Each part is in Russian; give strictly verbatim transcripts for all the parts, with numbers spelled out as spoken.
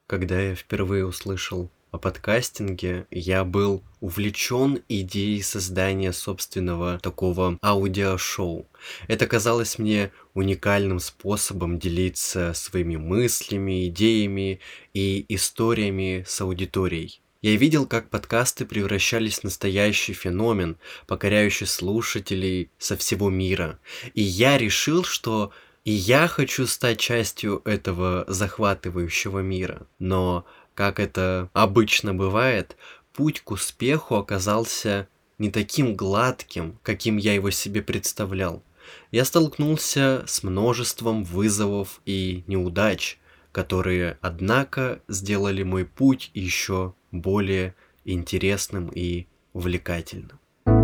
Когда я впервые услышал о подкастинге, я был увлечен идеей создания собственного такого аудиошоу. Это казалось мне уникальным способом делиться своими мыслями, идеями и историями с аудиторией. Я видел, как подкасты превращались в настоящий феномен, покоряющий слушателей со всего мира. И я решил, что и я хочу стать частью этого захватывающего мира. Но, как это обычно бывает, путь к успеху оказался не таким гладким, каким я его себе представлял. Я столкнулся с множеством вызовов и неудач, которые, однако, сделали мой путь еще более интересным и увлекательным.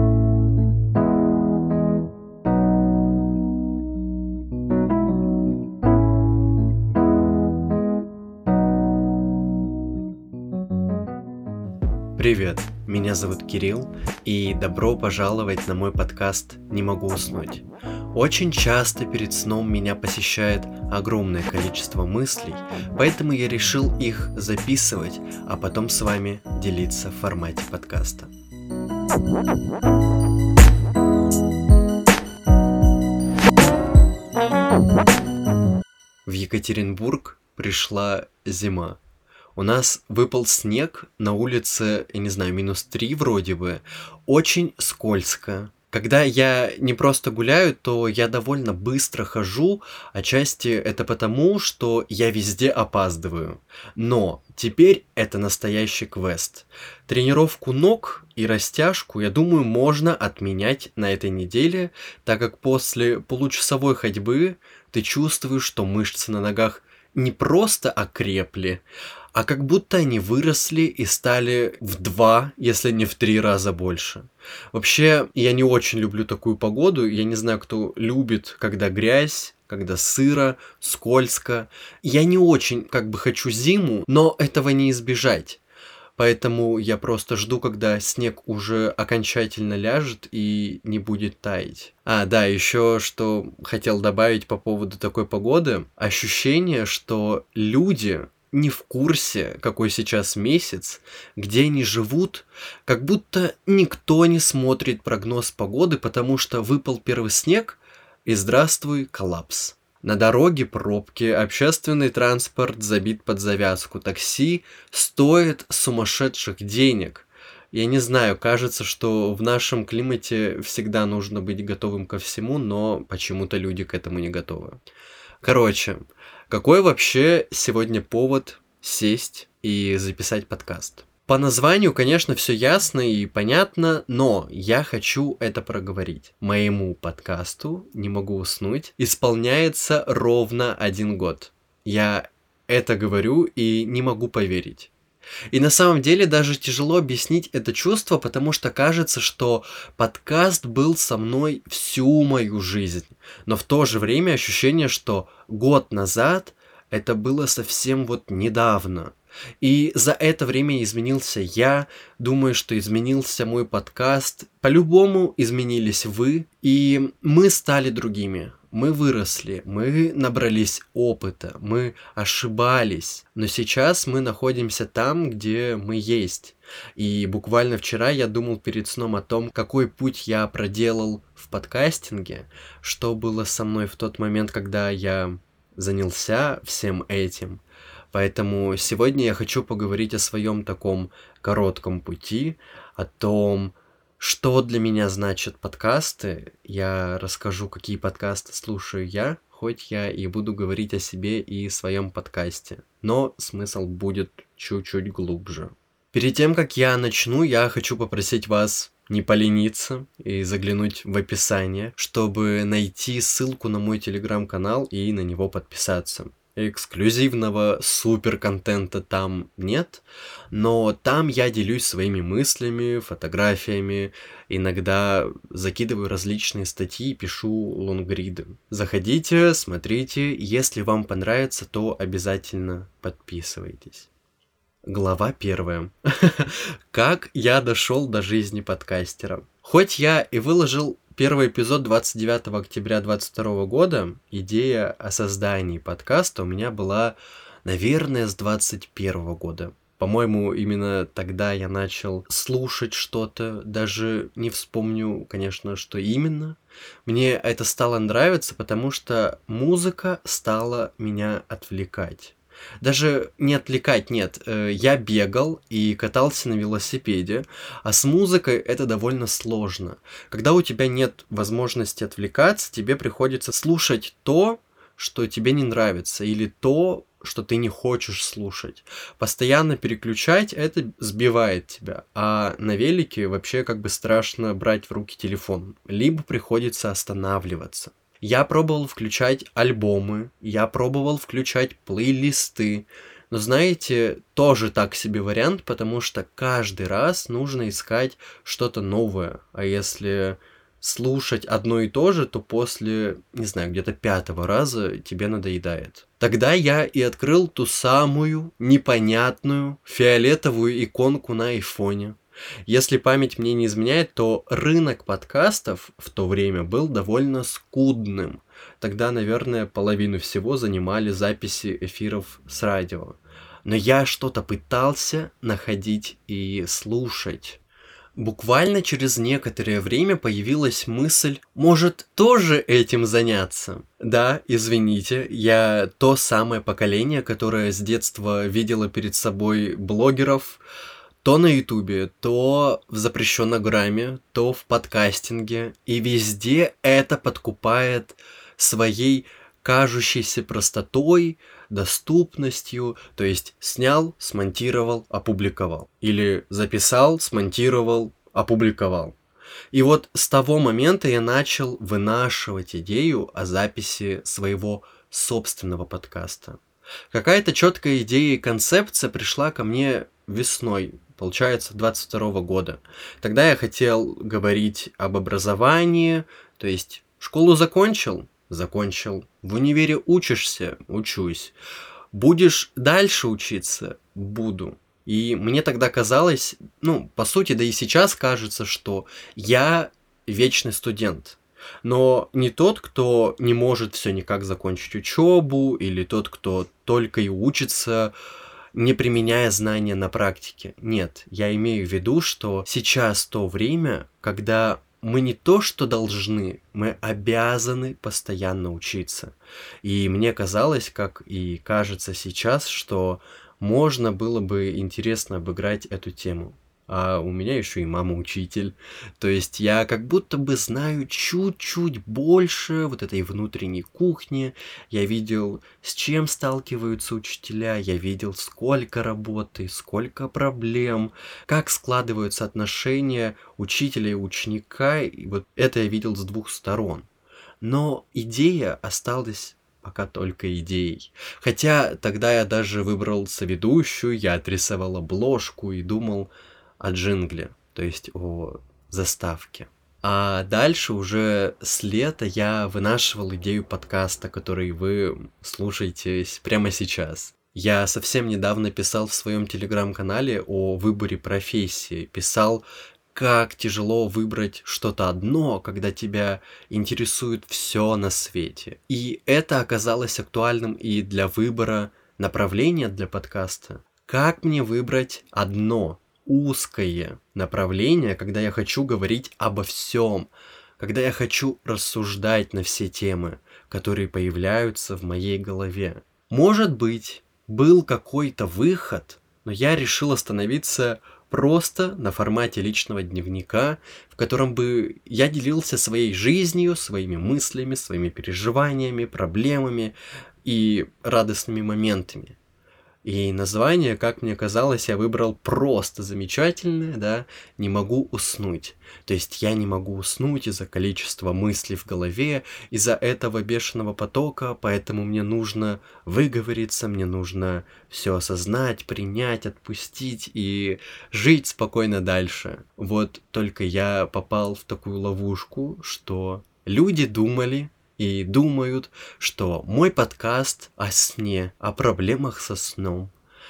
Привет, меня зовут Кирилл, и добро пожаловать на мой подкаст «Не могу уснуть». Очень часто перед сном меня посещает огромное количество мыслей, поэтому я решил их записывать, а потом с вами делиться в формате подкаста. В Екатеринбург пришла зима. У нас выпал снег, на улице, я не знаю, минус три вроде бы, очень скользко. Когда я не просто гуляю, то я довольно быстро хожу, отчасти это потому, что я везде опаздываю. Но теперь это настоящий квест. Тренировку ног и растяжку, я думаю, можно отменять на этой неделе, так как после получасовой ходьбы ты чувствуешь, что мышцы на ногах не просто окрепли, а как будто они выросли и стали в два, если не в три раза больше. Вообще, я не очень люблю такую погоду. Я не знаю, кто любит, когда грязь, когда сыро, скользко. Я не очень как бы хочу зиму, но этого не избежать. Поэтому я просто жду, когда снег уже окончательно ляжет и не будет таять. А, да, еще что хотел добавить по поводу такой погоды. Ощущение, что люди не в курсе, какой сейчас месяц, где они живут, как будто никто не смотрит прогноз погоды, потому что выпал первый снег, и здравствуй, коллапс. На дороге пробки, общественный транспорт забит под завязку, такси стоит сумасшедших денег. Я не знаю, кажется, что в нашем климате всегда нужно быть готовым ко всему, но почему-то люди к этому не готовы. Короче, какой вообще сегодня повод сесть и записать подкаст? По названию, конечно, все ясно и понятно, но я хочу это проговорить. Моему подкасту «Не могу уснуть» исполняется ровно один год. Я это говорю и не могу поверить. И на самом деле даже тяжело объяснить это чувство, потому что кажется, что подкаст был со мной всю мою жизнь. Но в то же время ощущение, что год назад это было совсем вот недавно. И за это время изменился я, думаю, что изменился мой подкаст. По-любому изменились вы, и мы стали другими. Мы выросли, мы набрались опыта, мы ошибались, но сейчас мы находимся там, где мы есть. И буквально вчера я думал перед сном о том, какой путь я проделал в подкастинге, что было со мной в тот момент, когда я занялся всем этим. Поэтому сегодня я хочу поговорить о своем таком коротком пути, о том, что для меня значат подкасты. Я расскажу, какие подкасты слушаю я, хоть я и буду говорить о себе и своем подкасте. Но смысл будет чуть-чуть глубже. Перед тем, как я начну, я хочу попросить вас не полениться и заглянуть в описание, чтобы найти ссылку на мой телеграм-канал и на него подписаться. Эксклюзивного супер-контента там нет, но там я делюсь своими мыслями, фотографиями, иногда закидываю различные статьи и пишу лонгриды. Заходите, смотрите, если вам понравится, то обязательно подписывайтесь. Глава первая. Как я дошел до жизни подкастера. Хоть я и выложил первый эпизод двадцать девятого октября двадцать второго года, идея о создании подкаста у меня была наверное, с двадцать первого года. По-моему, именно тогда я начал слушать что-то, даже не вспомню, конечно, что именно. Мне это стало нравиться, потому что музыка стала меня отвлекать. Даже не отвлекать, нет, э, я бегал и катался на велосипеде, а с музыкой это довольно сложно. Когда у тебя нет возможности отвлекаться, тебе приходится слушать то, что тебе не нравится, или то, что ты не хочешь слушать. Постоянно переключать это сбивает тебя. А на велике вообще как бы страшно брать в руки телефон. Либо приходится останавливаться. Я пробовал включать альбомы, я пробовал включать плейлисты. Но знаете, тоже так себе вариант, потому что каждый раз нужно искать что-то новое. А если слушать одно и то же, то после, не знаю, где-то пятого раза тебе надоедает. Тогда я и открыл ту самую непонятную фиолетовую иконку на айфоне. Если память мне не изменяет, то рынок подкастов в то время был довольно скудным. Тогда, наверное, половину всего занимали записи эфиров с радио. Но я что-то пытался находить и слушать. Буквально через некоторое время появилась мысль, может, тоже этим заняться? Да, извините, я то самое поколение, которое с детства видело перед собой блогеров, то на ютубе, то в запрещенном то в подкастинге, и везде это подкупает своей кажущейся простотой, доступностью, то есть снял, смонтировал, опубликовал. Или записал, смонтировал, опубликовал. И вот с того момента я начал вынашивать идею о записи своего собственного подкаста. Какая-то четкая идея и концепция пришла ко мне весной, получается, двадцать второго года. Тогда я хотел говорить об образовании, то есть школу закончил, закончил, в универе учишься, учусь, будешь дальше учиться, буду. И мне тогда казалось, ну, по сути, да и сейчас кажется, что я вечный студент. Но не тот, кто не может все никак закончить учебу, или тот, кто только и учится, не применяя знания на практике. Нет, я имею в виду, что сейчас то время, когда мы не то что должны, мы обязаны постоянно учиться. И мне казалось, как и кажется сейчас, что можно было бы интересно обыграть эту тему. А у меня еще и мама учитель. То есть я как будто бы знаю чуть-чуть больше вот этой внутренней кухни. Я видел, с чем сталкиваются учителя, я видел, сколько работы, сколько проблем, как складываются отношения учителя и ученика. И вот это я видел с двух сторон. Но идея осталась пока только идеей. Хотя тогда я даже выбрал соведущую, я отрисовал обложку и думал о джингле, то есть о заставке. А дальше уже с лета я вынашивал идею подкаста, который вы слушаете прямо сейчас. Я совсем недавно писал в своем телеграм-канале о выборе профессии. Писал, как тяжело выбрать что-то одно, когда тебя интересует все на свете. И это оказалось актуальным и для выбора направления для подкаста. Как мне выбрать одно узкое направление, когда я хочу говорить обо всем, когда я хочу рассуждать на все темы, которые появляются в моей голове? Может быть, был какой-то выход, но я решил остановиться просто на формате личного дневника, в котором бы я делился своей жизнью, своими мыслями, своими переживаниями, проблемами и радостными моментами. И название, как мне казалось, я выбрал просто замечательное, да, «Не могу уснуть». То есть я не могу уснуть из-за количества мыслей в голове, из-за этого бешеного потока, поэтому мне нужно выговориться, мне нужно все осознать, принять, отпустить и жить спокойно дальше. Вот только я попал в такую ловушку, что люди думали, и думают, что мой подкаст о сне, о проблемах со сном,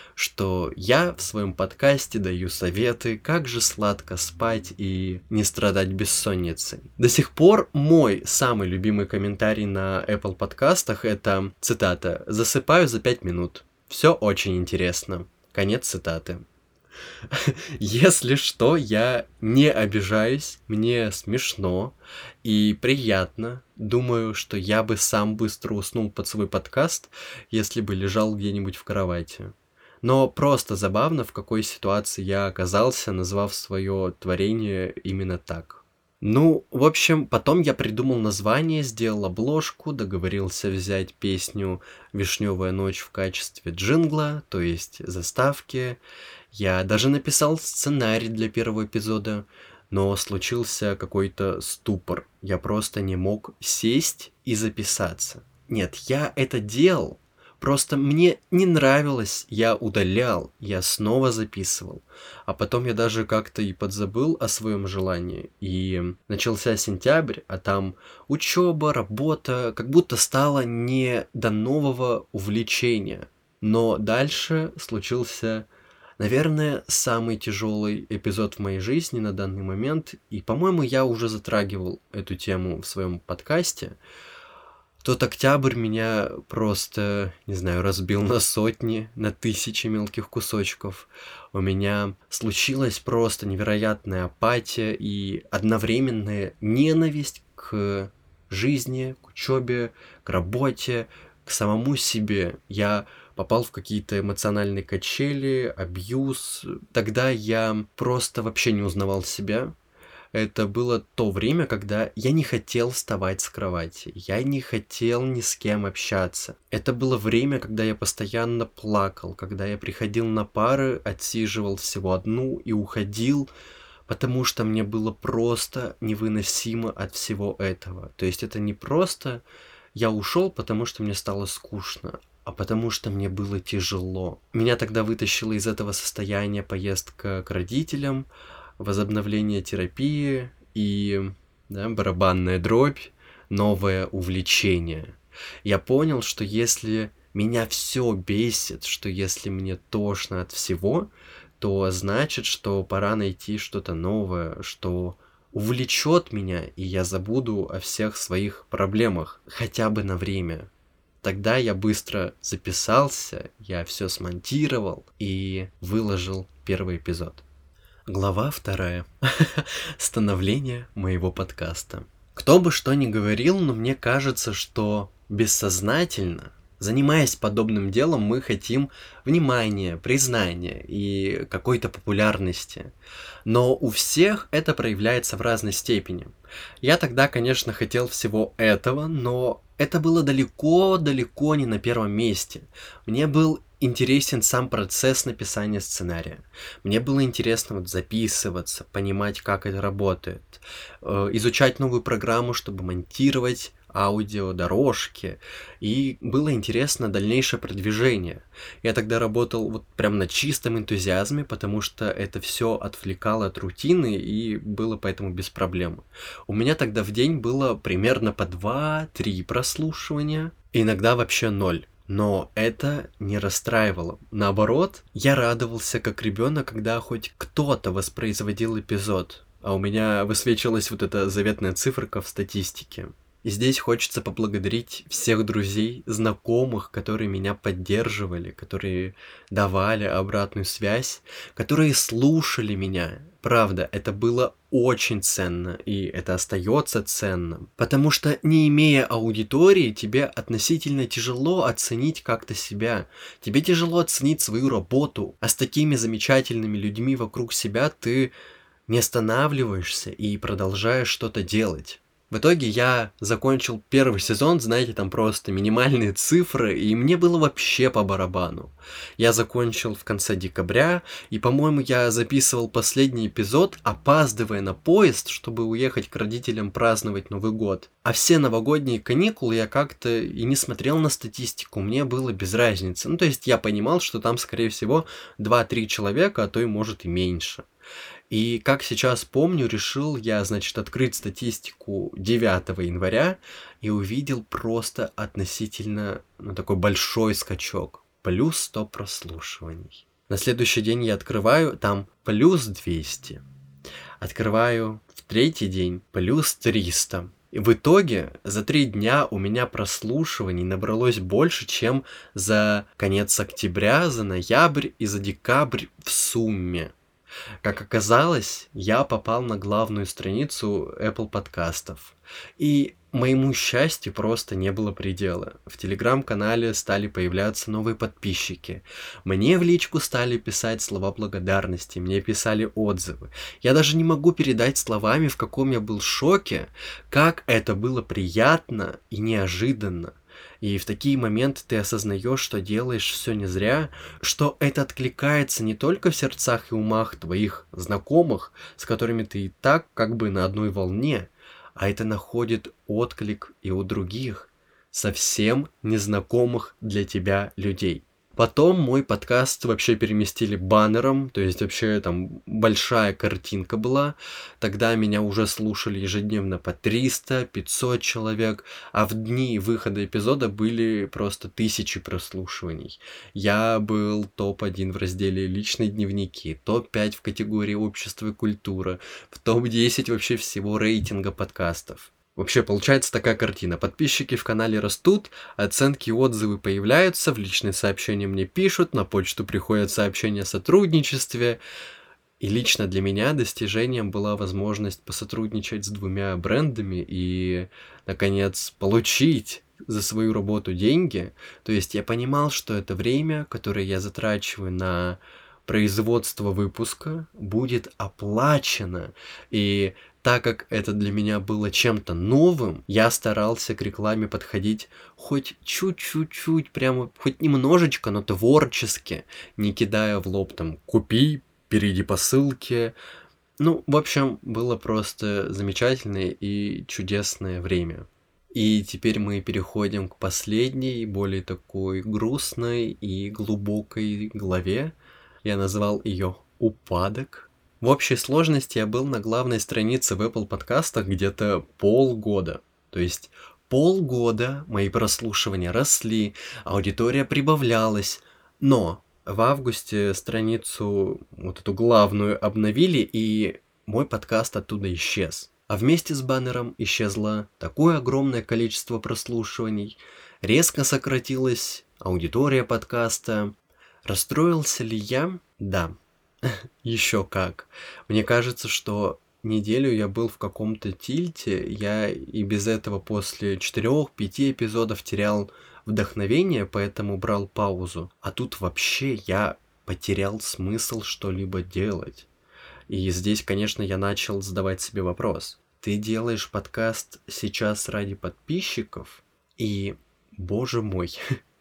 что я в своем подкасте даю советы, как же сладко спать и не страдать бессонницей. До сих пор мой самый любимый комментарий на Apple подкастах — это цитата: «Засыпаю за пять минут». Все очень интересно. Конец цитаты. Если что, я не обижаюсь, мне смешно и приятно. Думаю, что я бы сам быстро уснул под свой подкаст, если бы лежал где-нибудь в кровати. Но просто забавно, в какой ситуации я оказался, назвав свое творение именно так. Ну, в общем, потом я придумал название, сделал обложку, договорился взять песню «Вишневая ночь» в качестве джингла, то есть заставки. Я даже написал сценарий для первого эпизода, но случился какой-то ступор. Я просто не мог сесть и записаться. Нет, я это делал. Просто мне не нравилось, я удалял, я снова записывал. А потом я даже как-то и подзабыл о своем желании. И начался сентябрь, а там учеба, работа, как будто стало не до нового увлечения. Но дальше случился, наверное, самый тяжелый эпизод в моей жизни на данный момент. И, по-моему, я уже затрагивал эту тему в своем подкасте. Тот октябрь меня просто, не знаю, разбил на сотни, на тысячи мелких кусочков. У меня случилась просто невероятная апатия и одновременная ненависть к жизни, к учебе, к работе, к самому себе. Я попал в какие-то эмоциональные качели, абьюз. Тогда я просто вообще не узнавал себя. Это было то время, когда я не хотел вставать с кровати, я не хотел ни с кем общаться. Это было время, когда я постоянно плакал, когда я приходил на пары, отсиживал всего одну и уходил, потому что мне было просто невыносимо от всего этого. То есть это не просто я ушел, потому что мне стало скучно, а потому что мне было тяжело. Меня тогда вытащила из этого состояния поездка к родителям, возобновление терапии и, да, барабанная дробь, новое увлечение. Я понял, что если меня все бесит, что если мне тошно от всего, то значит, что пора найти что-то новое, что увлечет меня, и я забуду о всех своих проблемах, хотя бы на время. Тогда я быстро записался, я все смонтировал и выложил первый эпизод. Глава вторая. Становление моего подкаста. Кто бы что ни говорил, но мне кажется, что бессознательно, занимаясь подобным делом, мы хотим внимания, признания и какой-то популярности. Но у всех это проявляется в разной степени. Я тогда, конечно, хотел всего этого, но это было далеко-далеко не на первом месте. Мне был интересен сам процесс написания сценария. Мне было интересно вот записываться, понимать, как это работает, э, изучать новую программу, чтобы монтировать аудиодорожки, и было интересно дальнейшее продвижение. Я тогда работал вот прям на чистом энтузиазме, потому что это все отвлекало от рутины и было поэтому без проблем. У меня тогда в день было примерно по два-три прослушивания, иногда вообще ноль. Но это не расстраивало. Наоборот, я радовался как ребенок, когда хоть кто-то воспроизводил эпизод, а у меня высвечивалась вот эта заветная циферка в статистике. И здесь хочется поблагодарить всех друзей, знакомых, которые меня поддерживали, которые давали обратную связь, которые слушали меня. Правда, это было очень ценно, и это остается ценным. Потому что, не имея аудитории, тебе относительно тяжело оценить как-то себя. Тебе тяжело оценить свою работу. А с такими замечательными людьми вокруг себя ты не останавливаешься и продолжаешь что-то делать. В итоге я закончил первый сезон, знаете, там просто минимальные цифры, и мне было вообще по барабану. Я закончил в конце декабря, и, по-моему, я записывал последний эпизод, опаздывая на поезд, чтобы уехать к родителям праздновать Новый год. А все новогодние каникулы я как-то и не смотрел на статистику, мне было без разницы. Ну, то есть я понимал, что там, скорее всего, два-три человека, а то и может и меньше. И как сейчас помню, решил я, значит, открыть статистику девятого января и увидел просто относительно, ну, такой большой скачок. Плюс сто прослушиваний. На следующий день я открываю, там плюс двести. Открываю в третий день плюс триста. И в итоге за три дня у меня прослушиваний набралось больше, чем за конец октября, за ноябрь и за декабрь в сумме. Как оказалось, я попал на главную страницу Apple подкастов. И моему счастью просто не было предела. В телеграм-канале стали появляться новые подписчики. Мне в личку стали писать слова благодарности, мне писали отзывы. Я даже не могу передать словами, в каком я был шоке, как это было приятно и неожиданно. И в такие моменты ты осознаешь, что делаешь все не зря, что это откликается не только в сердцах и умах твоих знакомых, с которыми ты и так как бы на одной волне, а это находит отклик и у других, совсем незнакомых для тебя людей. Потом мой подкаст вообще переместили баннером, то есть вообще там большая картинка была. Тогда меня уже слушали ежедневно по триста пятьсот человек, а в дни выхода эпизода были просто тысячи прослушиваний. Я был топ один в разделе «Личные дневники», топ пять в категории «Общество и культура», в топ десять вообще всего рейтинга подкастов. Вообще получается такая картина. Подписчики в канале растут, оценки и отзывы появляются, в личные сообщения мне пишут, на почту приходят сообщения о сотрудничестве. И лично для меня достижением была возможность посотрудничать с двумя брендами и, наконец, получить за свою работу деньги. То есть я понимал, что это время, которое я затрачиваю на производство выпуска, будет оплачено. И так как это для меня было чем-то новым, я старался к рекламе подходить хоть чуть-чуть, прямо хоть немножечко, но творчески, не кидая в лоб там «купи», «перейди по ссылке». Ну, в общем, было просто замечательное и чудесное время. И теперь мы переходим к последней, более такой грустной и глубокой главе. Я назвал ее «Упадок». В общей сложности я был на главной странице в Apple подкастах где-то полгода. То есть полгода мои прослушивания росли, аудитория прибавлялась. Но в августе страницу, вот эту главную, обновили, и мой подкаст оттуда исчез. А вместе с баннером исчезло такое огромное количество прослушиваний, резко сократилась аудитория подкаста. Расстроился ли я? Да. Еще как. Мне кажется, что неделю я был в каком-то тильте, я и без этого после четырех-пяти эпизодов терял вдохновение, поэтому брал паузу. А тут вообще я потерял смысл что-либо делать. И здесь, конечно, я начал задавать себе вопрос. Ты делаешь подкаст сейчас ради подписчиков? И, боже мой,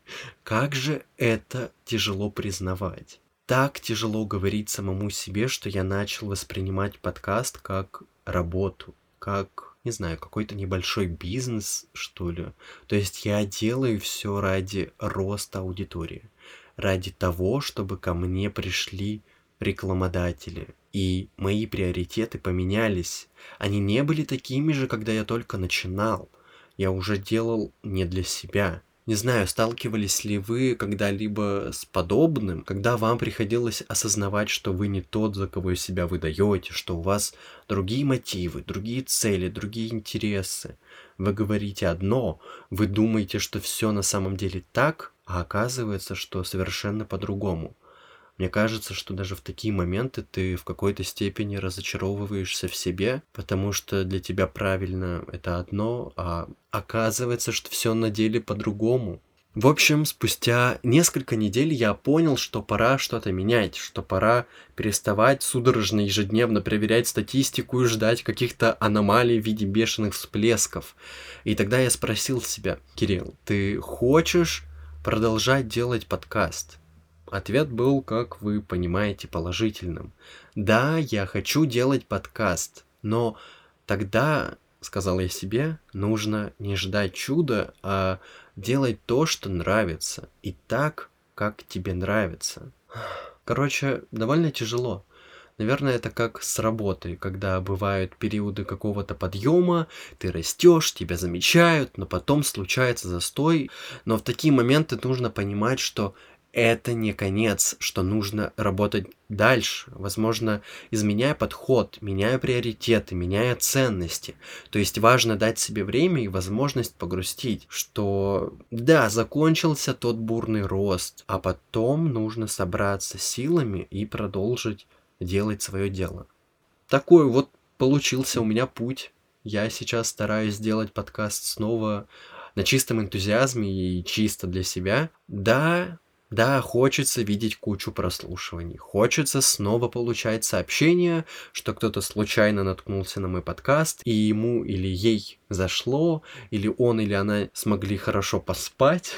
как же это тяжело признавать. Так тяжело говорить самому себе, что я начал воспринимать подкаст как работу, как, не знаю, какой-то небольшой бизнес, что ли. То есть я делаю все ради роста аудитории, ради того, чтобы ко мне пришли рекламодатели. И мои приоритеты поменялись. Они не были такими же, когда я только начинал. Я уже делал не для себя. Не знаю, сталкивались ли вы когда-либо с подобным, когда вам приходилось осознавать, что вы не тот, за кого себя выдаете, что у вас другие мотивы, другие цели, другие интересы. Вы говорите одно, вы думаете, что все на самом деле так, а оказывается, что совершенно по-другому. Мне кажется, что даже в такие моменты ты в какой-то степени разочаровываешься в себе, потому что для тебя правильно это одно, а оказывается, что все на деле по-другому. В общем, спустя несколько недель я понял, что пора что-то менять, что пора переставать судорожно ежедневно проверять статистику и ждать каких-то аномалий в виде бешеных всплесков. И тогда я спросил себя: Кирилл, ты хочешь продолжать делать подкаст? Ответ был, как вы понимаете, положительным. Да, я хочу делать подкаст, но тогда, сказал я себе, нужно не ждать чуда, а делать то, что нравится, и так, как тебе нравится. Короче, довольно тяжело. Наверное, это как с работой, когда бывают периоды какого-то подъема, ты растешь, тебя замечают, но потом случается застой. Но в такие моменты нужно понимать, что это не конец, что нужно работать дальше, возможно, изменяя подход, меняя приоритеты, меняя ценности. То есть важно дать себе время и возможность погрустить, что да, закончился тот бурный рост, а потом нужно собраться силами и продолжить делать свое дело. Такой вот получился у меня путь. Я сейчас стараюсь сделать подкаст снова на чистом энтузиазме и чисто для себя. Да, да, хочется видеть кучу прослушиваний. Хочется снова получать сообщения, что кто-то случайно наткнулся на мой подкаст, и ему или ей зашло, или он или она смогли хорошо поспать.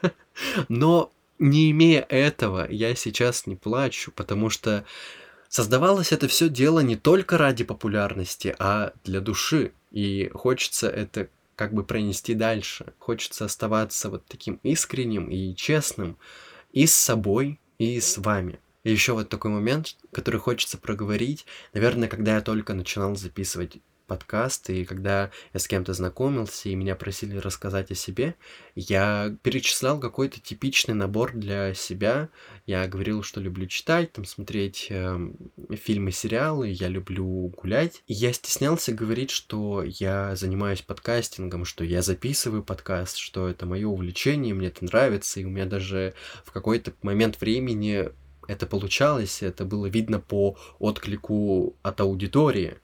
Но не имея этого, я сейчас не плачу, потому что создавалось это все дело не только ради популярности, а для души. И хочется это как бы пронести дальше. Хочется оставаться вот таким искренним и честным и с собой, и с вами. И еще вот такой момент, который хочется проговорить. Наверное, когда я только начинал записывать подкаст, и когда я с кем-то знакомился, и меня просили рассказать о себе, я перечислял какой-то типичный набор для себя. Я говорил, что люблю читать, там, смотреть э, фильмы, сериалы, я люблю гулять. И я стеснялся говорить, что я занимаюсь подкастингом, что я записываю подкаст, что это мое увлечение, мне это нравится, и у меня даже в какой-то момент времени это получалось, это было видно по отклику от аудитории.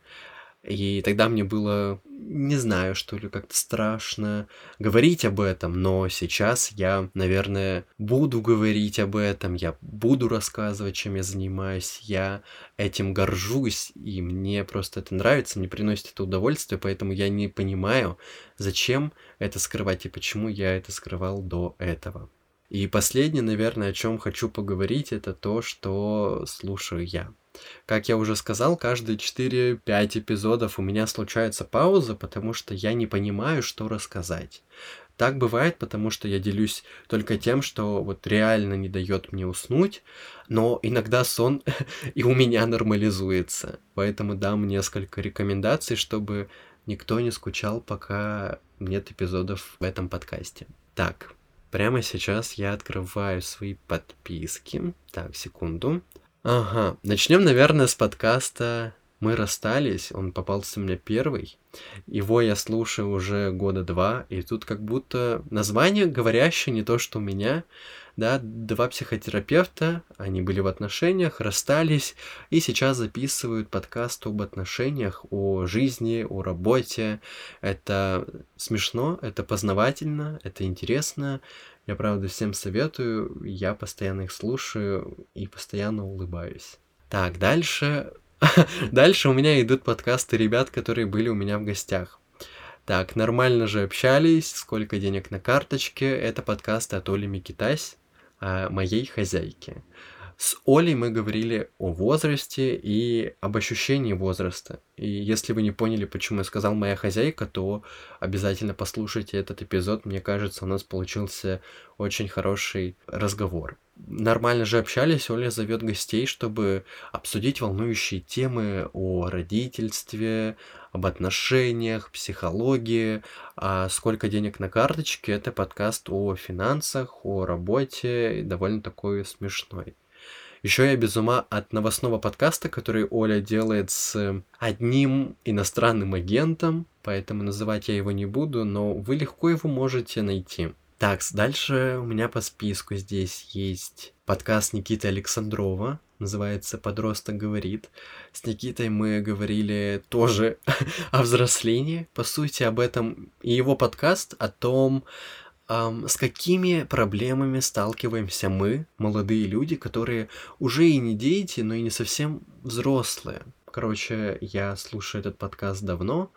И тогда мне было, не знаю, что ли, как-то страшно говорить об этом, но сейчас я, наверное, буду говорить об этом, я буду рассказывать, чем я занимаюсь, я этим горжусь, и мне просто это нравится, мне приносит это удовольствие, поэтому я не понимаю, зачем это скрывать и почему я это скрывал до этого. И последнее, наверное, о чем хочу поговорить, это то, что слушаю я. Как я уже сказал, каждые четыре-пять эпизодов у меня случается пауза, потому что я не понимаю, что рассказать. Так бывает, потому что я делюсь только тем, что вот реально не дает мне уснуть, но иногда сон и у меня нормализуется. Поэтому дам несколько рекомендаций, чтобы никто не скучал, пока нет эпизодов в этом подкасте. Так, прямо сейчас я открываю свои подписки. Так, секунду. Ага, начнем, наверное, с подкаста «Мы расстались», он попался мне первый. Его я слушаю уже года два, и тут как будто название говорящее не то, что у меня. Да, два психотерапевта, они были в отношениях, расстались, и сейчас записывают подкаст об отношениях, о жизни, о работе. Это смешно, это познавательно, это интересно. Я, правда, всем советую, я постоянно их слушаю и постоянно улыбаюсь. Так, дальше... Дальше у меня идут подкасты ребят, которые были у меня в гостях. Так, нормально же общались, сколько денег на карточке. Это подкасты от Оли Микитась, моей хозяйки. С Олей мы говорили о возрасте и об ощущении возраста. И если вы не поняли, почему я сказал «моя хозяйка», то обязательно послушайте этот эпизод. Мне кажется, у нас получился очень хороший разговор. Нормально же общались, Оля зовет гостей, чтобы обсудить волнующие темы о родительстве, об отношениях, психологии. А «Сколько денег на карточке» — это подкаст о финансах, о работе, довольно такой смешной. Еще я без ума от новостного подкаста, который Оля делает с одним иностранным агентом, поэтому называть я его не буду, но вы легко его можете найти. Так, дальше у меня по списку здесь есть подкаст Никиты Александрова, называется «Подросток говорит». С Никитой мы говорили тоже о взрослении, по сути, об этом. И его подкаст о том, Um, с какими проблемами сталкиваемся мы, молодые люди, которые уже и не дети, но и не совсем взрослые. Короче, я слушаю этот подкаст давно,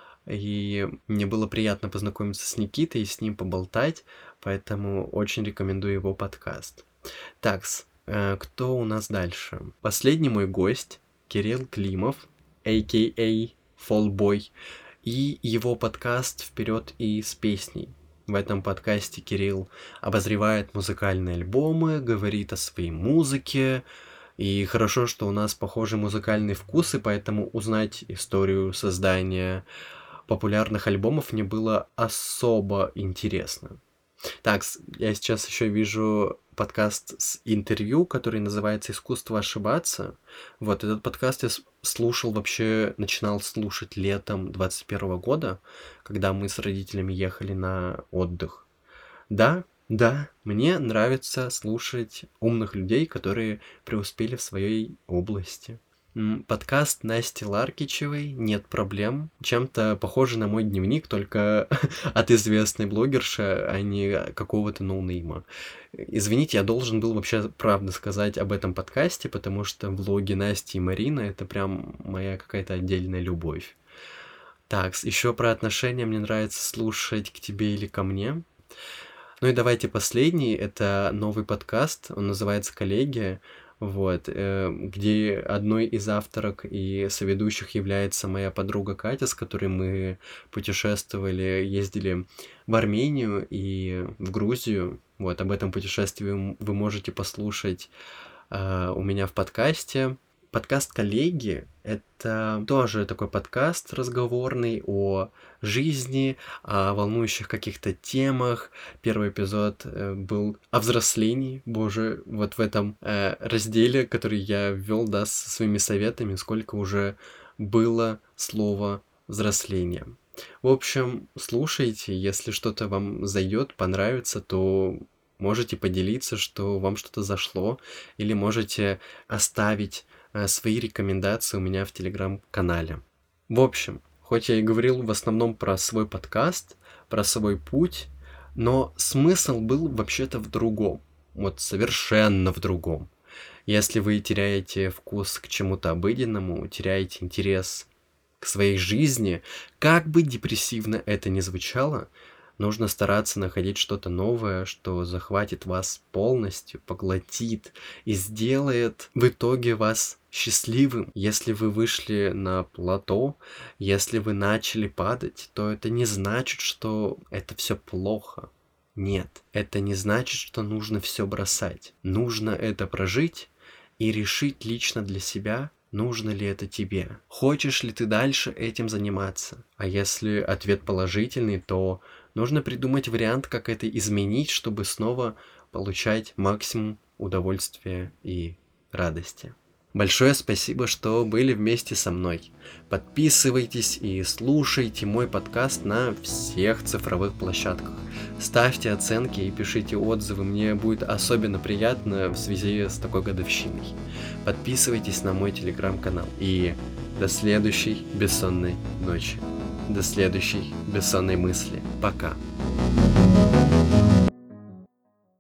и мне было приятно познакомиться с Никитой и с ним поболтать, поэтому очень рекомендую его подкаст. Так, кто у нас дальше? Последний мой гость, Кирилл Климов, а ка а. Fallboy, и его подкаст «Вперед и с песней». В этом подкасте Кирилл обозревает музыкальные альбомы, говорит о своей музыке. И хорошо, что у нас похожи музыкальные вкусы, поэтому узнать историю создания популярных альбомов мне было особо интересно. Так, я сейчас еще вижу подкаст с интервью, который называется «Искусство ошибаться». Вот этот подкаст я с- слушал вообще, начинал слушать летом двадцать первого года, когда мы с родителями ехали на отдых. Да, да, мне нравится слушать умных людей, которые преуспели в своей области. М, Подкаст Насти Ларкичевой «Нет проблем». Чем-то похоже на мой дневник, только от известной блогерши, а не какого-то ноунейма. Извините, я должен был вообще правду сказать об этом подкасте, потому что влоги Насти и Марины — это прям моя какая-то отдельная любовь. Так, еще про отношения мне нравится слушать «К тебе или ко мне». Ну и давайте последний. Это новый подкаст, он называется «Коллеги», вот, э, где одной из авторок и соведущих является моя подруга Катя, с которой мы путешествовали, ездили в Армению и в Грузию. Вот, об этом путешествии м- вы можете послушать а, у меня в подкасте. Подкаст «Коллеги» — это тоже такой подкаст разговорный о жизни, о волнующих каких-то темах. Первый эпизод э, был о взрослении. Боже, вот в этом э, разделе, который я ввел, да, со своими советами, сколько уже было слова «взросление». В общем, слушайте, если что-то вам зайдет, понравится, то можете поделиться, что вам что-то зашло, или можете оставить э, свои рекомендации у меня в телеграм-канале. В общем, хоть я и говорил в основном про свой подкаст, про свой путь, но смысл был вообще-то в другом. Вот совершенно в другом. Если вы теряете вкус к чему-то обыденному, теряете интерес к своей жизни, как бы депрессивно это ни звучало, нужно стараться находить что-то новое, что захватит вас полностью, поглотит и сделает в итоге вас счастливым. Если вы вышли на плато, если вы начали падать, то это не значит, что это все плохо. Нет, это не значит, что нужно все бросать. Нужно это прожить и решить лично для себя, нужно ли это тебе. Хочешь ли ты дальше этим заниматься? А если ответ положительный, то нужно придумать вариант, как это изменить, чтобы снова получать максимум удовольствия и радости. Большое спасибо, что были вместе со мной. Подписывайтесь и слушайте мой подкаст на всех цифровых площадках. Ставьте оценки и пишите отзывы, мне будет особенно приятно в связи с такой годовщиной. Подписывайтесь на мой телеграм-канал. И до следующей бессонной ночи. До следующей бессонной мысли. Пока.